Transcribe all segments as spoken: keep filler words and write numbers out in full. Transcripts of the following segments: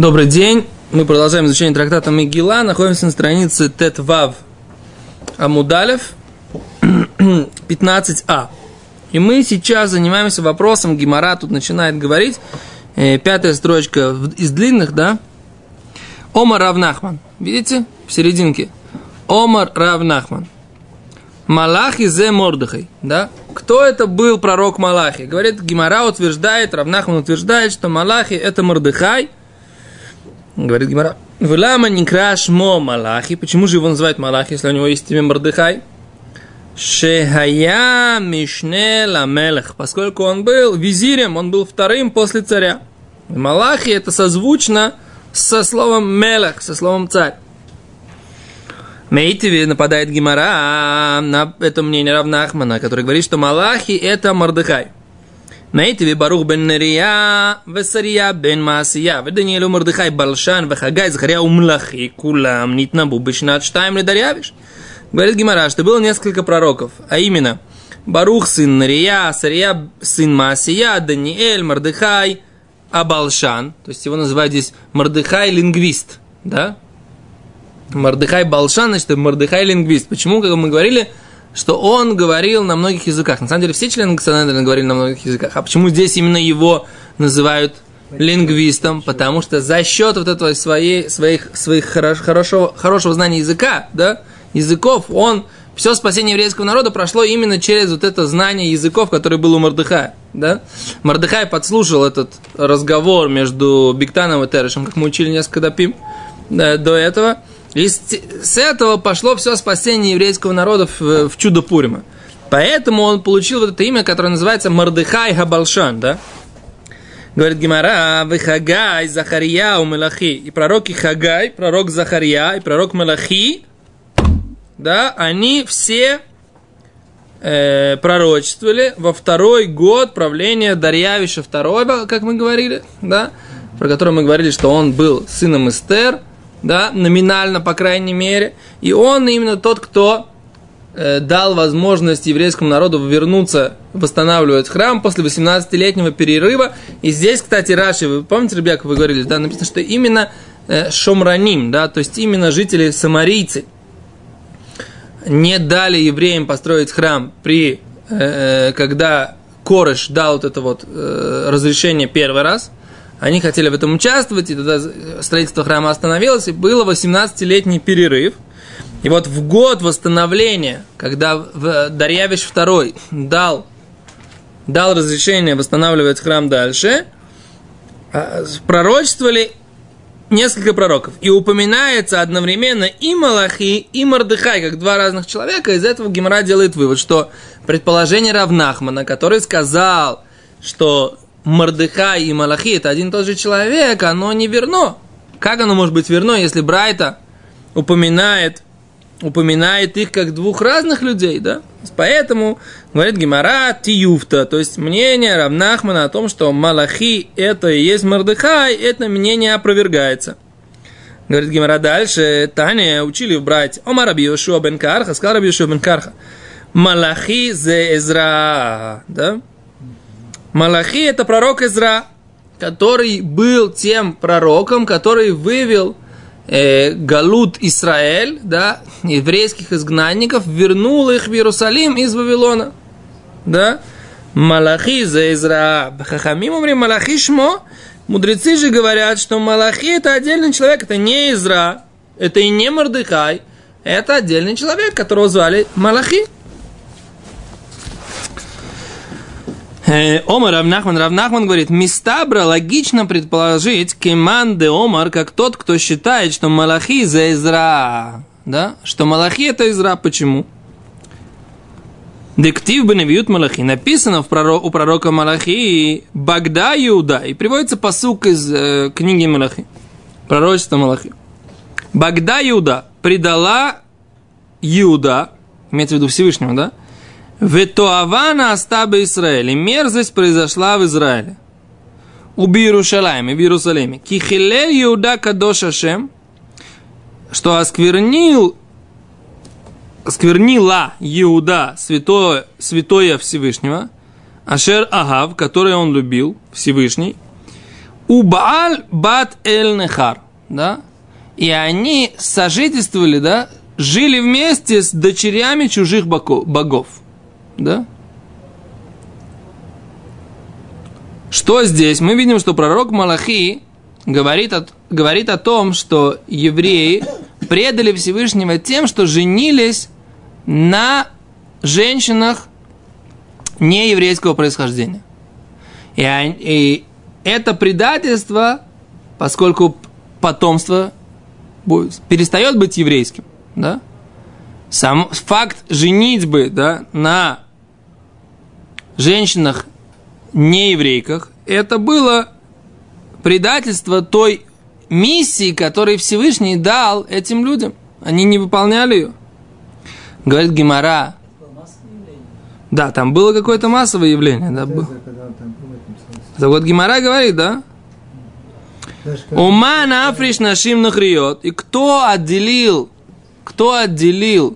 Добрый день. Мы продолжаем изучение трактата Мегила. Находимся на странице Тет Вав Амуд Алеф пятнадцать а. И мы сейчас занимаемся вопросом. Гемара тут начинает говорить. Э, пятая строчка из длинных, да? Омар Рав Нахман. Видите? В серединке. Омар Рав Нахман. Малахи зе Мордехай. Да? Кто это был пророк Малахи? Говорит, Гемара утверждает, Рав Нахман утверждает, что Малахи это Мордехай. Говорит Гемара. Вылама никра шмо Малахи. Почему же его называют Малахи, если у него есть имя Мордехай? Шехая мишне ламелех. Поскольку он был визирем, он был вторым после царя. Малахи это созвучно со словом мелех, со словом царь. Мейтиви нападает Гемара на это мнение Рав Нахмана, который говорит, что Малахи это Мордехай. Мейтиви Барух бен Нерия, Весария бен Маасия, Даниэлю Мордехай Балшан, Вехагай Захария Умлахи, Кулам Нитнабу Бешнат Штайм Ледарьявиш. Говорит Гемара, что было несколько пророков, а именно Барух сын Нерия, Сария сын Маасия, Даниэль, Мордехай, Абалшан, то есть его называют здесь Мордехай лингвист, да? Мордехай Балшан, значит, Мордехай лингвист. Почему, как мы говорили, что он говорил на многих языках. На самом деле все члены Санедрина говорили на многих языках. А почему здесь именно его называют лингвистом? Потому что за счет вот этого своей, своих, своих хорош, хорошего, хорошего знания языка, да, языков, он, все спасение еврейского народа прошло именно через вот это знание языков, которое было у Мордехая. Да? Мордехай подслушал этот разговор между Биктаном и Терешем, как мы учили несколько дапим, да, до этого. И с этого пошло все спасение еврейского народа в, в чудо Пурима. Поэтому он получил вот это имя, которое называется Мордехай Габалшан, да? Говорит Гемара, Вехагай, Захария у Мелахи. И пророки Хагай, пророк Захария и пророк Мелахи, да, они все э, пророчествовали во второй год правления Дарьявиша второго, как мы говорили, да? Про который мы говорили, что он был сыном Эстер, да, номинально, по крайней мере, и он именно тот, кто э, дал возможность еврейскому народу вернуться, восстанавливать храм после восемнадцатилетнего перерыва. И здесь, кстати, Раши, вы помните, ребята, как вы говорили, да, написано, что именно э, шомраним, да, то есть именно жители самарийцы не дали евреям построить храм при, э, когда Кореш дал вот это вот э, разрешение первый раз. Они хотели в этом участвовать, и тогда строительство храма остановилось, и было восемнадцатилетний перерыв. И вот в год восстановления, когда Дарьявиш второй дал, дал разрешение восстанавливать храм дальше, пророчествовали несколько пророков. И упоминается одновременно и Малахи, и Мордехай, как два разных человека. Из этого Гемара делает вывод, что предположение Рав Нахмана, который сказал, что Мордехай и Малахи это один и тот же человек, оно не верно. Как оно может быть верно, если Брайта упоминает, упоминает их как двух разных людей, да? Поэтому говорит Гемара тиюфта, то есть мнение Рав Нахмана о том, что Малахи это и есть Мордехай, это мнение опровергается. Говорит Гемара дальше, Таня учили в Брайте, Омар Раби Йошуа бен Карха, сказал Раби Йошуа бен Карха, Малахи зе Эзра, да? Малахи это пророк Эзра, который был тем пророком, который вывел э, Галут Исраэль, да, еврейских изгнанников, вернул их в Иерусалим из Вавилона. Да? Малахи за Эзра. Хахамим умри Малахи шмо. Мудрецы же говорят, что Малахи это отдельный человек, это не Эзра, это и не Мордехай, это отдельный человек, которого звали Малахи. Омар Рав Нахман, Рав Нахман говорит, мистабра логично предположить кеман де Омар, как тот, кто считает, что Малахи за Эзра, да, что Малахи это Эзра, почему? Дектив беневиют Малахи, написано в пророк, у пророка Малахи Багдаа Иуда, и приводится пасук из э, книги Малахи, пророчество Малахи. Багдаа Иуда предала Иуда, имеется в виду Всевышнего, да? Ветоавана астаба Исраэль. И мерзость произошла в Израиле. Уби Иерусалиме, в Иерусалиме. Кихилель Иуда кадош Ашем, что осквернил, осквернила Иуда святое, святое Всевышнего, Ашер Агав, который он любил, Всевышний, Убааль бат эль нехар, да? И они сожительствовали, да, жили вместе с дочерями чужих богов, да? Что здесь? Мы видим, что пророк Малахи говорит о, говорит о том, что евреи предали Всевышнего тем, что женились на женщинах нееврейского происхождения. И, и это предательство, поскольку потомство перестает быть еврейским, да? Сам факт женитьбы, да, на женщинах нееврейках, это было предательство той миссии, которую Всевышний дал этим людям. Они не выполняли ее. Говорит Гемара. Да, там было какое-то массовое явление. Да, был. Так вот Гемара говорит, да? Ума нафриш нашим нахриот. И кто отделил, кто отделил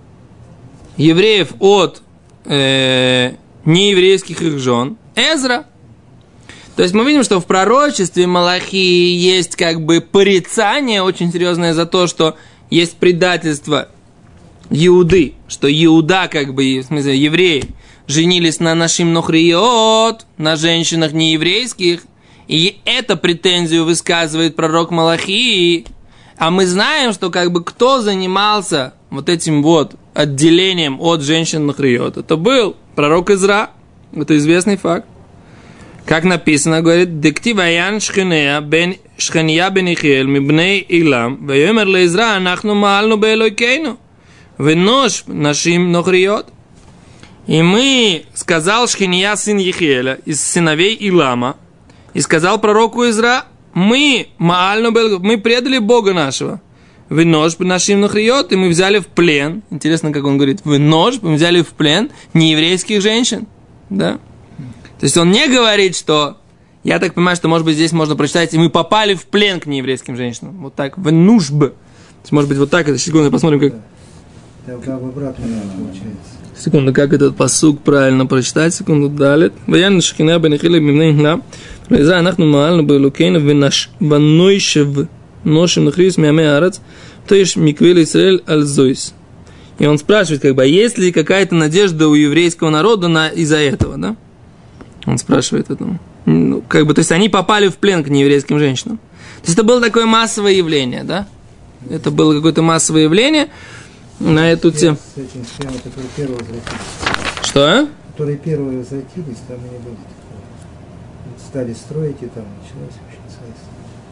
евреев от э, нееврейских их жен? Эзра. То есть мы видим, что в пророчестве Малахи есть как бы порицание очень серьезное за то, что есть предательство Иуды, что Иуда, как бы, в смысле, евреи, женились на нашим нохриот, на женщинах нееврейских, и эту претензию высказывает пророк Малахи. А мы знаем, что как бы кто занимался вот этим вот отделением от женщин нохриот, это был пророк Изра. Это известный факт. Как написано, говорит, «Дектив аян шхения бен шхения бен Ихиэль мибней Илам, вайомер леизра, анахну маальну беэлойкейну, венош нашим нохриот». И мы, сказал Шхения, сын Ихиэля, из сыновей Илама, и сказал пророку Изра, мы, маальну беэлойкейну, мы предали Бога нашего, венош нашим нохриот, и мы взяли в плен, интересно, как он говорит, венош, мы взяли в плен нееврейских женщин. Да? То есть он не говорит, что, я так понимаю, что, может быть, здесь можно прочитать, и мы попали в плен к нееврейским женщинам. Вот так, в нужб. То есть, может быть, вот так, это, секунду, посмотрим, как... Да, как бы обратно получается. Секунду, как этот пасук правильно прочитать, секунду, далее. Ваян шхина бен Ихиэль мибней Илам, вайза анахну маальну беэлокейну, ванойшев ношим нохриос миамей арец, то есть миквель Исраэль аль-зойс. И он спрашивает, как бы, а есть ли какая-то надежда у еврейского народа на, из-за этого, да? Он спрашивает это. Ну, как бы, то есть они попали в плен к нееврейским женщинам. То есть это было такое массовое явление, да? Это было какое-то массовое явление на эту тему. С этим схемой, которые первые возвратились. Что? Которые первые возвратились, там и не было такого. Вот стали строить, и там началось вообще сайство.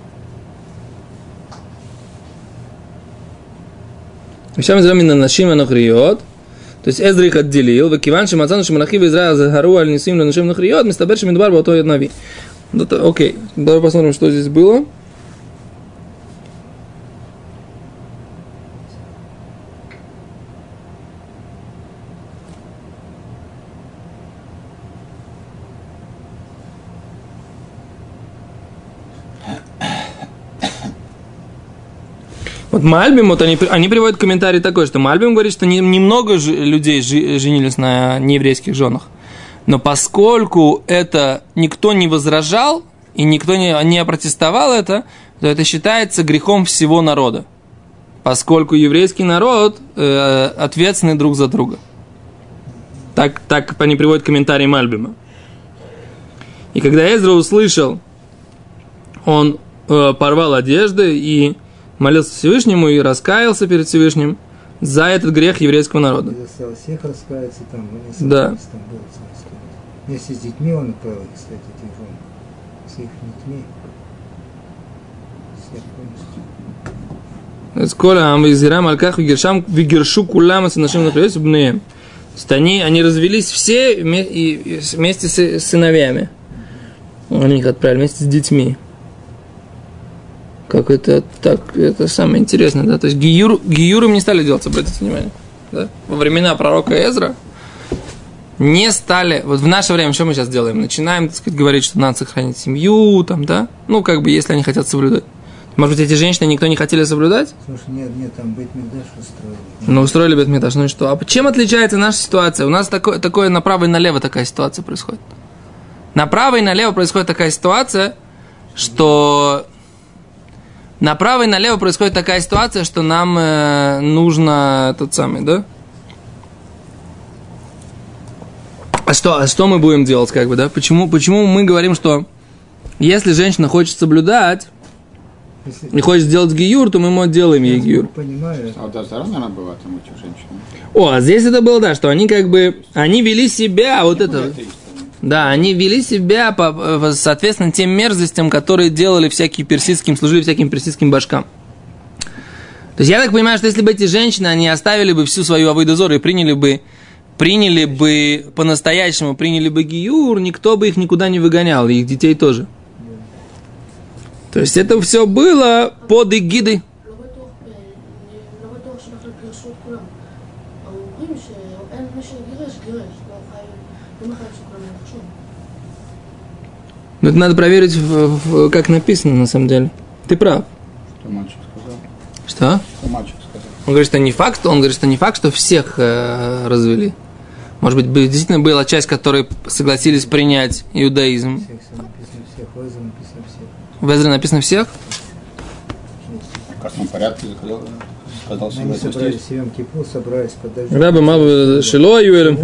Сейчас мы называем нашим анохриот. То есть Эзра их отделил. Векиван шемацану шемалахи в Израиле загару аль нисим ланашим анохриот. Мистабер шемидбар бото яднави. Окей, давай посмотрим, что здесь было. Вот Мальбим, вот они, они приводят комментарий такой, что Мальбим говорит, что не, немного ж, людей жи, женились на нееврейских женах, но поскольку это никто не возражал и никто не, не протестовал это, то это считается грехом всего народа, поскольку еврейский народ э, ответственный друг за друга. Так, так они приводят комментарий Мальбима. И когда Эзра услышал, он э, порвал одежды и молился Всевышнему и раскаялся перед Всевышним за этот грех еврейского народа. Заставил всех раскаяться там, они да. Там было, вместе с детьми он отправил, кстати, этих жен, с их детьми. Всех полностью. Скоро Амвизирам Альках Вигершам Вигершу Кулама с нашим нахрес бнеем. То есть они, они развелись все вместе с сыновьями. Они их отправили вместе с детьми. Как это так, это самое интересное, да? То есть гиюр, гиюром не стали делать, обратите внимание. Да? Во времена пророка Эзра не стали, вот в наше время что мы сейчас делаем? Начинаем, так сказать, говорить, что надо сохранить семью, там, да? Ну, как бы, если они хотят соблюдать. Может быть, эти женщины никто не хотели соблюдать? Слушай, нет, нет, там бейт-микдаш устроили. Ну, устроили бейт-микдаш, ну и что? А чем отличается наша ситуация? У нас такое, такое направо и налево такая ситуация происходит. Направо и налево происходит такая ситуация, что направо и налево происходит такая ситуация, что нам э, нужно тот самый, да? А что, а что мы будем делать, как бы, да? Почему, почему мы говорим, что если женщина хочет соблюдать если и хочет сделать гиюр, то мы ему делаем ей гиюр. Понимаю. А да, заранее она была там этих женщин. О, а здесь это было, да, что они как бы, они вели себя, вот это, да, они вели себя по, соответственно, тем мерзостям, которые делали всякие персидским, служили всяким персидским башкам. То есть я так понимаю, что если бы эти женщины, они оставили бы всю свою авойду зору и приняли бы, приняли бы по-настоящему, приняли бы гиюр, никто бы их никуда не выгонял, и их детей тоже. То есть это все было под эгидой. Но это надо проверить, в, в, как написано на самом деле. Ты прав. Что мальчик сказал? Что? Что мальчик сказал? Он говорит, что не факт, он говорит, что не факт, что всех э, развели. Может быть, действительно была часть, которые согласились принять иудаизм. Всех, всех написано всех, в Эзре написано всех. В Эзре написано всех? В красном порядке сказал, сказал себе. Они собрались в Йом-Кипур, собрались подожди. Раби Мабу Шило Юэлем.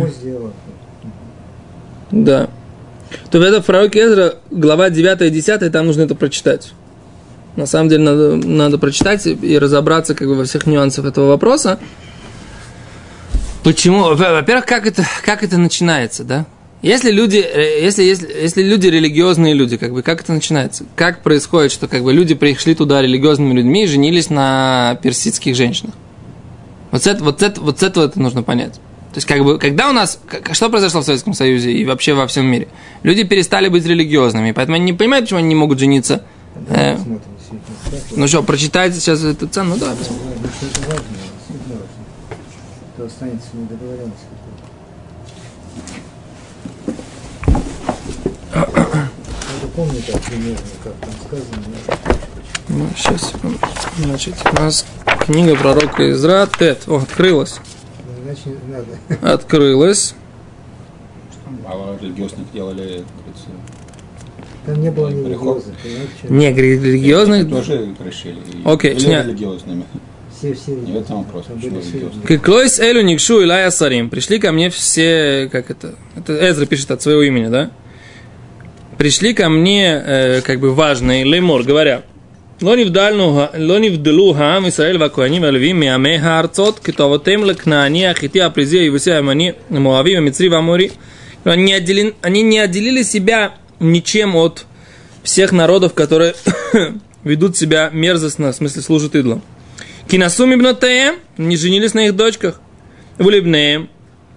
Да. То в этом пророке Эзра, глава девятая и десятая, там нужно это прочитать. На самом деле надо, надо прочитать и разобраться как бы во всех нюансах этого вопроса. Почему? Во-первых, как это, как это начинается, да? Если люди, если, если, если люди религиозные люди, как бы, как это начинается? Как происходит, что как бы люди пришли туда религиозными людьми и женились на персидских женщинах? Вот с, это, вот, с это, вот с этого это нужно понять. То есть, как бы, когда у нас, как, что произошло в Советском Союзе и вообще во всем мире? Люди перестали быть религиозными, поэтому они не понимают, почему они не могут жениться. Э, ну что, прочитайте сейчас эту цену? Ну да, посмотрим. Это важно, действительно важно. То останется недоговоренность какой-то. Надо помнить так примерно, как там сказано. Ну, сейчас, значит, у нас книга пророка Эзра, Тет. О, открылась. Значит, надо. Открылась. Мало религиозных делали, говорится. Там не было религиозных. Не, религиозных. Тоже решили. Окей, были религиозными. Все, все. Не в этом вопрос. Клойс элю никшу илая сарим. Пришли ко мне все, как это, это Эзра пишет от своего имени, да? Пришли ко мне, э, как бы важные, леймор, говоря, לא נבדלו העם ישראל והכהנים והלוויים מעמי הארצות כתובותיהם לכנעני, החיתי, הפריזי, היבוסי, הימני, המואבי, המצרי והאמורי. Они, отделили, они не отделили себя ничем от всех народов, которые ведут себя мерзостно, в смысле служат идолам. Кинасуми бнотеем, не женились на их дочках. Вулибнеем.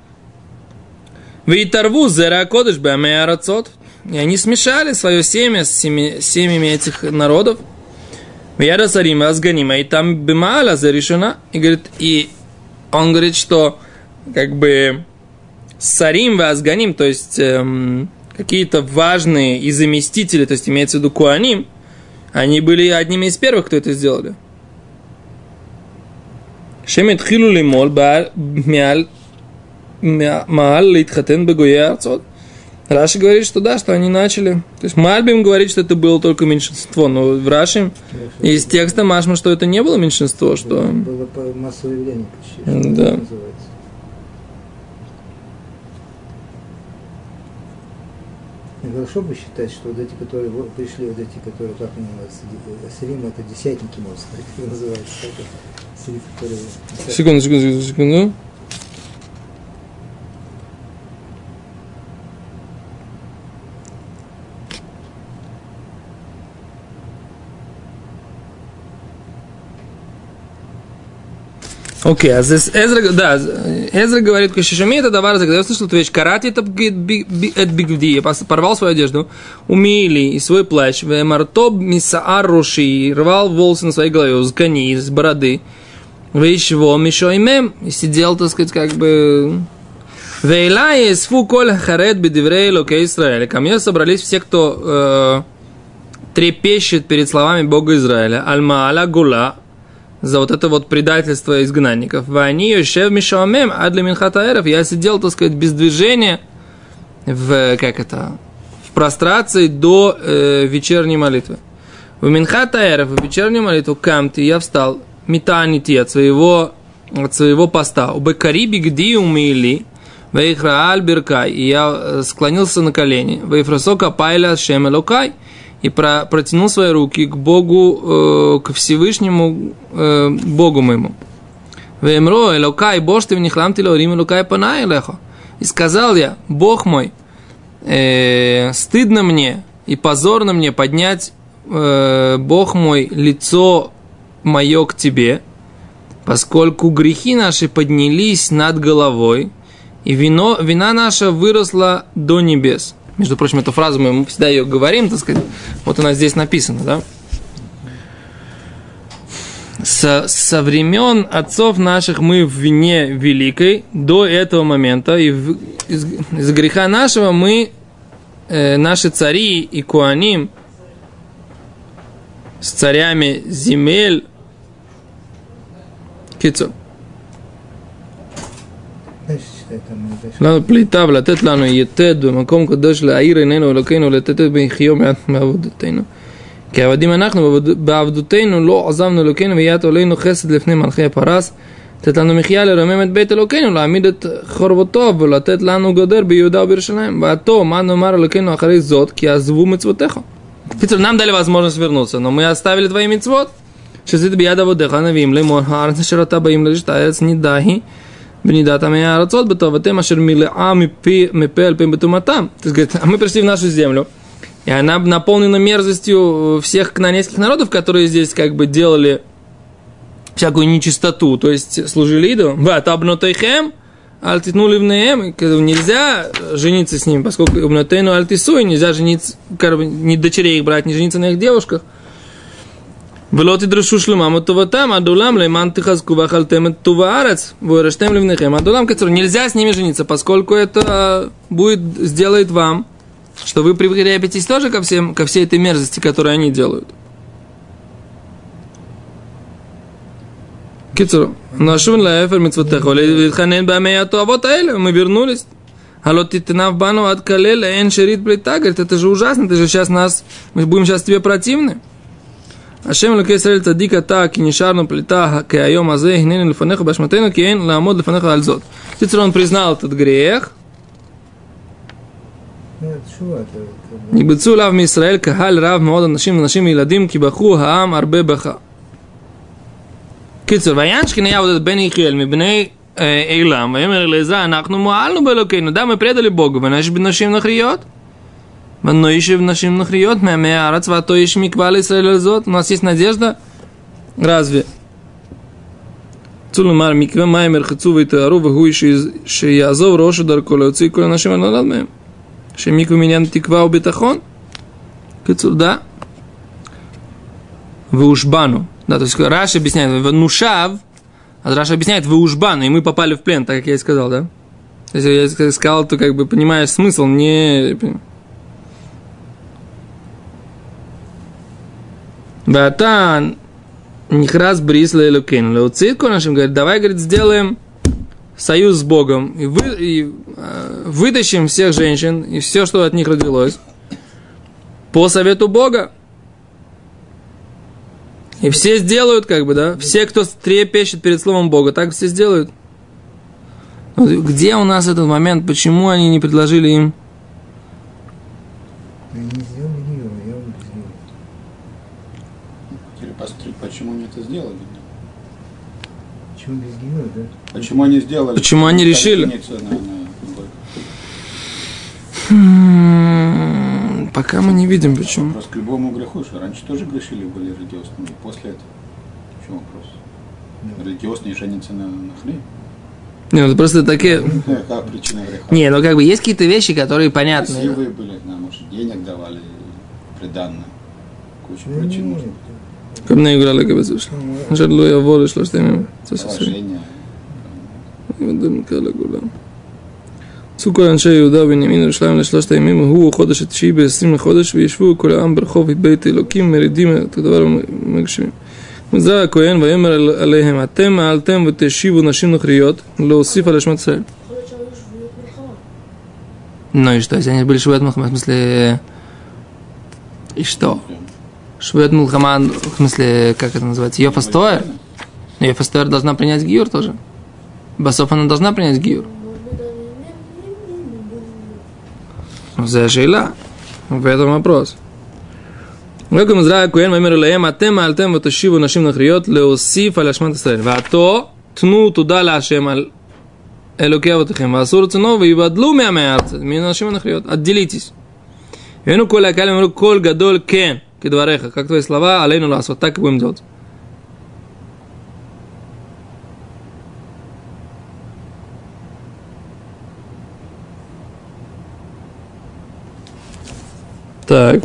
Вейторву зера кодыш бамей арацот. И они смешали свое семя с семьями этих народов. Яда Сарима Азганима, и там Бимаала зарешена. И говорит, и он говорит, что как бы Сарим и Азганим, то есть эм, какие-то важные и заместители, то есть имеется в виду Куаним, они были одними из первых, кто это сделали. Шемет хилу лимол маал литхатен бегуя арцот. Раши говорит, что да, что они начали. То есть Мальбим говорит, что это было только меньшинство. Но в Раши из текста Машма, что это не было меньшинство. Что... Было массовое явление почти. Да. Это называется. И хорошо бы считать, что вот эти, которые вот пришли, вот эти, которые, как они называются, Асирим, это десятники, можно сказать, как называется. Это Асирим, которые... Секунду, секунду, секунду. Окей, а здесь Эзра, да, Эзра говорит, Кашишами это давар, когда я услышал эту вещь, карати это бигвди, я порвал свою одежду, умили и свой плащ, вемартоб мисаар руши, рвал волосы на своей голове, с кони, с бороды, вещего мишо имем, и сидел, так сказать, как бы... Вейлай сфу коль харет бедиврей локе Израиля. Ко мне собрались все, кто э, трепещет перед словами Бога Израиля. Альма аля гула, за вот это вот предательство изгнанников. Вани йошев мишоамем адли минхатаэров. Я сидел, так сказать, без движения в, как это, прострации до э, вечерней молитвы. В Минхат Аэров, в вечернюю молитву, камти, я встал, метанити от своего, от своего поста. У Бекариби гди умили, вейхрааль биркай, и я склонился на колени. Вейфрасока пайля шемелокай, и про, протянул свои руки к Богу, э, к Всевышнему э, Богу моему. Веймро элокай бош ты в нихлам ты лорим элокай панай лехо. И сказал я, Бог мой, э, стыдно мне и позорно мне поднять, э, Бог мой, лицо мое к тебе, поскольку грехи наши поднялись над головой, и вино, вина наша выросла до небес. Между прочим, эту фразу мы всегда ее говорим, так сказать, вот она здесь написана, да? Со, со времен отцов наших мы в вине великой до этого момента, и в, из, из греха нашего мы, э, наши цари и куаним, с царями земель, кицо. לנו פליטה ולתת לנו יתד במקום קדוש להאיר עינינו אלוקינו ולתת בחיו מעבודתנו. כי עבדים אנחנו בעבדותנו לא עזבנו אלוקינו ויית עלינו חסד לפני מלכי הפרס, לתת לנו מחיה לרומם את בית אלוקינו, להעמיד את חורבותיו ולתת לנו גדר ביהודה ובירושלים. ועתו מה נאמר אלוקינו אחרי זאת, כי עזבו מצוותיך. קיצור, нам дали возможность вернуться, но мы оставили твои мицвот, שעשית ביד עבדיך הנביאים לאמור הארץ אשר אתה באים לרשת הארץ נידהי בנידת עמי הארצות בטובתם אשר מלאה מפה אל פה בטומאתם. То есть, говорит, а мы пришли в нашу землю, и она наполнена мерзостью всех кнаанейских народов, которые здесь как бы делали всякую нечистоту, то есть служили идолам. Ва табнотейхем альтитнули внеем, нельзя жениться с ними, поскольку обнотейну альтисуй, нельзя жениться, ни дочерей их брать, ни жениться на их девушках. ולא תדרשו שלומם וטובתם עד עולם למען תחזקו ואכלתם את טוב הארץ וירשתם לבניכם עד עולם. קצר, нельзя с ними жениться, поскольку это будет, сделает вам, что вы прикрепитесь тоже ко, всем, ко всей этой мерзости, которую они делают. קצר, נשוב להפר מצוותיך ולהתחנן בימי התועבות האלה, мы вернулись. הלא תתנף בנו עד כלל אין שארית פליטה. Говорит, это же ужасно, ты же сейчас нас, мы будем сейчас тебе противны. השם אלוקי ישראל צדיק אתה כי נשארנו פליטה כהיום הזה הננו לפניך באשמתנו כי אין לעמוד לפניך על זאת. קיצור, он признал этот грех. נקבצו אליו מישראל קהל רב מאוד אנשים ונשים וילדים כי בכו העם הרבה בכה. קיצור, ויען שכניה вот בן יחיאל מבני אילם ויאמר אליעזר אנחנו מועלנו באלוקינו, да, мы предали Богу, ונשב בנשים נוכריות но еще в нашем нахриот, мямя арацва, то еще миквали срелизот. У нас есть надежда. Разве? Цулумар микве маймер хацу витару вгуй шеязов рошу дарколе циколя нашим аладмем. Ше микве меня тиква убитахон. Кицур, да. Вушбану. Да, то есть Раши объясняет, нушав, а Раши объясняет вушбану, и мы попали в плен, так как я и сказал, да? Если я сказал, то как бы понимаешь смысл, не... Батан нихраз брис лейлукин леуцитку нашим, говорит, давай, говорит, сделаем союз с Богом и, вы, и э, вытащим всех женщин и все, что от них родилось, по совету Бога. И все сделают, как бы, да, все, кто трепещет перед словом Бога, так все сделают. Где у нас этот момент, почему они не предложили им? Почему они это сделали? Почему без геноя, да? Почему они сделали? Почему они решили? На, на... Пока мы не видим, почему. Просто к любому греху, что раньше тоже грешили, были религиозными. После этого. В чем вопрос? Да. Религиозные женятся на, на хлеб? Не, ну просто такие... Какая причина греха? Не, ну как бы есть какие-то вещи, которые понятны. Красивые были, да, может, денег давали, приданное. Куча причин может. Как мне играли, как бы слышали. Жарлу я волю, что что именно. Уважение. צוקו אנשי יהודה ובנימין ירושלים לשלושת הימים, הוא חודש התשיעי בעשרים לחודש, וישבו כל העם ברחוב בית אלוקים, מרידים את הדבר המגשימים. וזה הכהן ויאמר עליהם, אתם מעלתם ותשיבו נשים נוכריות, להוסיף על אשמת ישראל. Ну и что, если они были Швуот Милхама, в смысле... И что? Швуот Милхама, в смысле, как это называется? Йофа Стоэр? Йофа Стоэр должна принять гиюр тоже. Басов она должна принять гиюр. זה השאלה, ואתה вопрос. רק מזרע הכהן ואומר אליהם, אתם מעלתם ותשיבו נשים נכריות להוסיף על אשמת ישראל. ועתו תנו תודה להשם על אלוקי אבותיכם, ועשו רצונו ויבדלו מעמי הארץ, מן הנשים הנכריות. отделитесь. ואינו כל הקהל אמרו כל גדול כן, כדבריך, как твои слова, עלינו לעשות, так и будем делать. Так.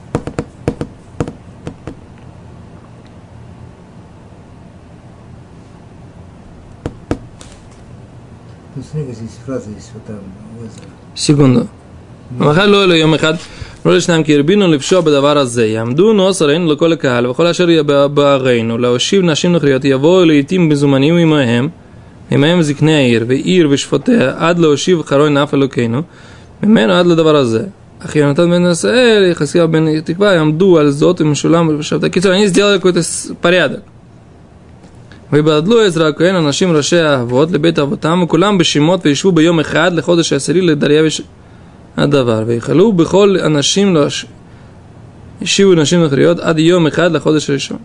Ну, смотри, здесь фраза есть вот там. секунду. מחל לא אלו יום אחד, לא לשניים כי הרבינו לפשוע בדבר הזה, יעמדו נוס עלינו לכל הקהל, וכל אשר יהיה בערינו, להושיב נשים נכריות, יבואו לעתים מזומנים עמהם, עמהם זקני העיר, ועיר ושפוטיה, עד להושיב חרוי נף אלוקינו, ממנו עד לדבר הזה. אחי יונתן בן ישראל, יחזקאל בן תקווה, יעמדו על זאת ומשולם ובשבתא. קיצור, они сделали какой-то порядок. ויבדלו עזרא הכהן אנשים ראשי האבות לבית אבותם, וכולם בשמות וישבו ביום אחד לחודש העשירי לדריווש הדבר. ויחלו בכל אנשים ישיבו נשים נכריות עד יום אחד לחודש הראשון.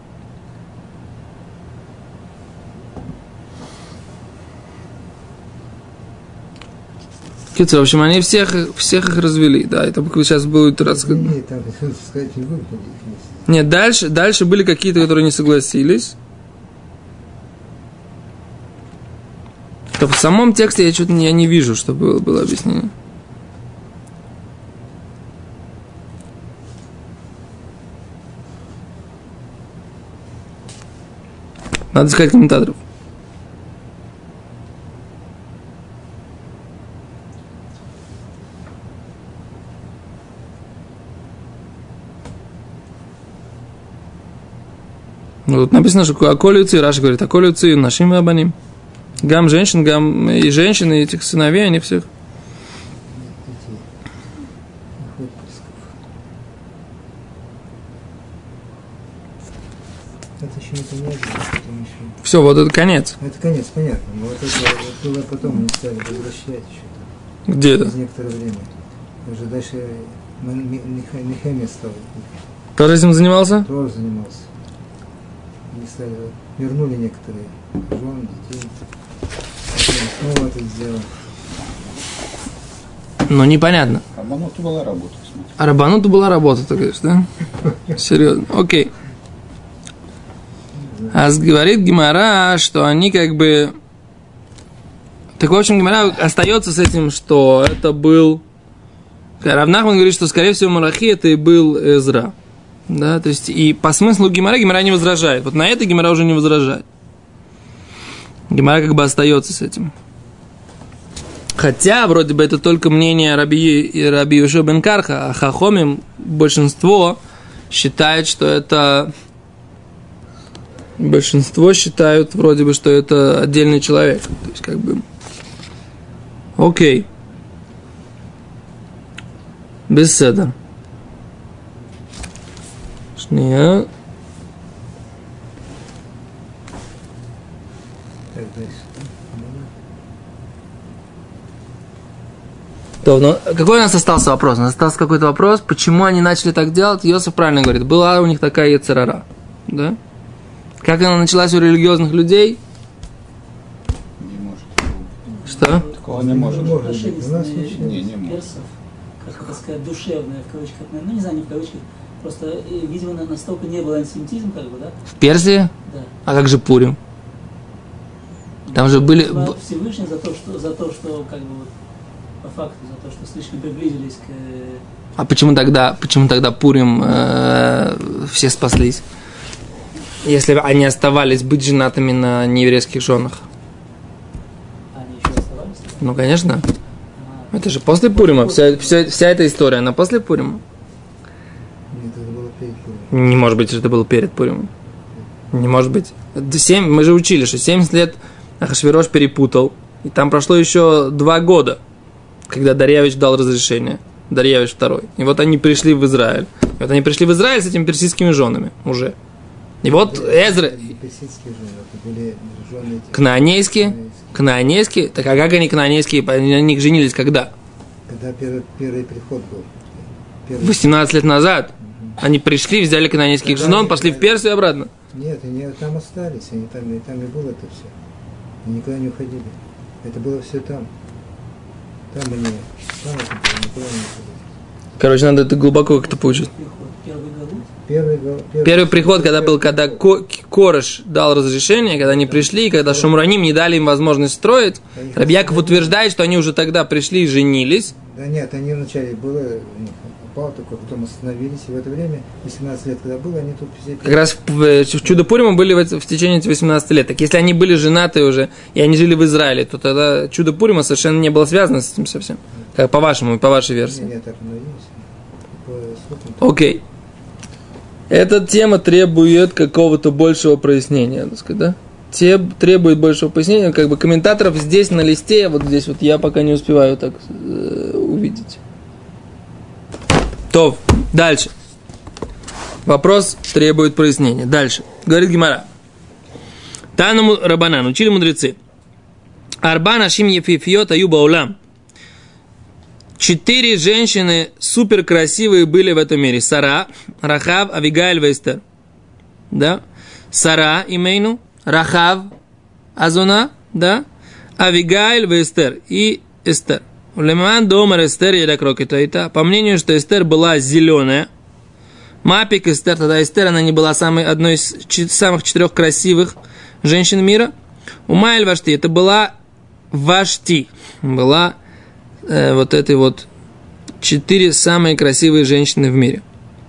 В общем, они всех, всех их развели, да, это сейчас будет рассказать. Нет, там, сказать, не будет. Нет, дальше, дальше были какие-то, которые не согласились. То в самом тексте я что-то я не вижу, что было, было объяснение. Надо искать комментаторов. Ну, тут написано, что Аколь Юци, Раша говорит, Аколь Юци, нашим абаним. Гам женщин, гам и женщины, и этих сыновей, они всех. Это еще не понятно, потому что... Все, вот это конец. Это конец, понятно. Но вот это вот было потом, они стали возвращать еще. Где это? Через некоторое время. Уже дальше Нехемия стал. Тоже этим занимался? Тоже занимался. Они стали, вернули некоторые жен, детей. Потом снова это сделали. Ну, непонятно. Рабануту была работа, смотри. А Рабануту была работа, ты говоришь, да? Серьезно. Окей. А говорит Гемара, что они как бы... Так, в общем, Гемара остается с этим, что это был... Рав Нахман говорит, что, скорее всего, Малахи это и был Эзра. Да, то есть, и по смыслу Гемара, Гемара не возражает. Вот на это Гемара уже не возражает. Гемара как бы остается с этим. Хотя, вроде бы, это только мнение Раби, Раби Йошуа бен Карха, а Хахомим большинство считает, что это... Большинство считают, вроде бы, что это отдельный человек. То есть, как бы... Окей. Беседа. Шния. Так, дальше. То, ну, какой у нас остался вопрос? У нас остался какой-то вопрос, почему они начали так делать? Йосиф правильно говорит, была у них такая ецерара. Да? Как она началась у религиозных людей? Не может. Что? Такого не может. может быть. Отношения У нас с ничего не- не может. персов, как это сказать, душевное, в кавычках, ну не знаю, не в кавычках, просто, э, видимо, на- настолько не был антисемитизм, как бы, да? В Персии? Да. А как же Пурим? Там же были... Слава Всевышний за то, что, за то, что, как бы, вот, по факту, за то, что слишком приблизились к... э, А почему тогда, почему тогда Пурим э, все спаслись? Если они оставались быть женатыми на нееврейских женах. Они еще оставались? Ну, конечно. А, Это же после Пурима. Вся, вся, вся эта история, она после Пурима. Нет, это было перед Пурим. Не может быть, что это было перед Пуримом. Не может быть. Это семь, мы же учили, что семьдесят лет Ахашвирош перепутал. И там прошло еще два года. когда Дарьявич дал разрешение. Дарьявич второй. И вот они пришли в Израиль. И вот они пришли в Израиль с этими персидскими женами уже. И вот Эзра... Персидские жены, это были жены эти... Кнаанейские. Кнаанейские. Так а как они кнаанейские? Они на них женились когда? Когда первый, первый приход был. Первый... восемнадцать лет назад. Угу. Они пришли, взяли кнаанейских жен, пошли в Персию и обратно. Нет, они там остались, они там, и там и было это все. Они никуда не уходили. Это было все там. Там они, там это было, никуда не уходили. Короче, надо это глубоко как-то поучить. Первый, первый, первый приход, когда был, когда Кореш дал разрешение, когда они пришли, когда Шумраним не дали им возможность строить, Раби Яков утверждает, что они уже тогда пришли и женились. Да нет, они вначале было, упало такое, потом остановились, и в это время, восемнадцать лет когда было, они тут все... Как раз в, в Чудо Пурима были в, в течение этих восемнадцати лет. Так если они были женаты уже, и они жили в Израиле, то тогда Чудо Пурима совершенно не было связано с этим совсем. Как по вашему, по вашей версии. Нет, так оно есть. Окей. Okay. Эта тема требует какого-то большего прояснения, так сказать, да? Те, требует большего пояснения, как бы комментаторов здесь на листе, вот здесь вот я пока не успеваю так э, увидеть. То, дальше. Вопрос требует прояснения. Дальше. Говорит Гемара. Тану Рабанан, учили мудрецы. Арба нашим ефифьот аюба улам. Четыре женщины супер красивые были в этом мире. Сара, Рахав, Авигайль, Эстер. Да? Сара, имейну, Рахав, Азуна, да? Авигайль, Эстер и Эстер. Улеман домар Эстер елякрокетайта. По мнению, что Эстер была зеленая. Мапик Эстер, тогда Эстер, она не была самой, одной из самых четырех красивых женщин мира. Умайль Вашти, это была Вашти. Была э, вот этой вот четыре самые красивые женщины в мире.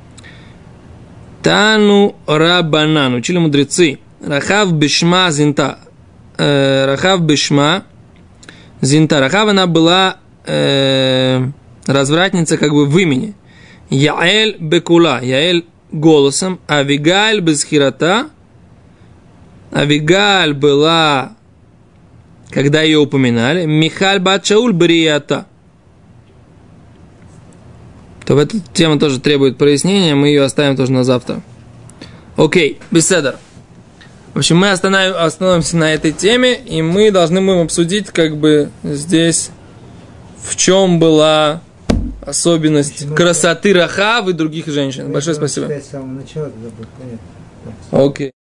Тану Рабанан, учили мудрецы. Рахав Бишма Зинта. Э, Рахав Бишма Зинта. Рахав, она была э, развратница как бы в имени. Яэль Бекула. Яэль голосом. Авигаль Безхирата. Авигаль была, когда ее упоминали, Михаль бат Шауль Барията. То эта тема тоже требует прояснения, мы ее оставим тоже на завтра. Окей, беседа. В общем, мы останов, остановимся на этой теме, и мы должны будем обсудить, как бы здесь, в чем была особенность красоты Рахав и других женщин. Большое спасибо. С самого начала, тогда будет понятно. Окей.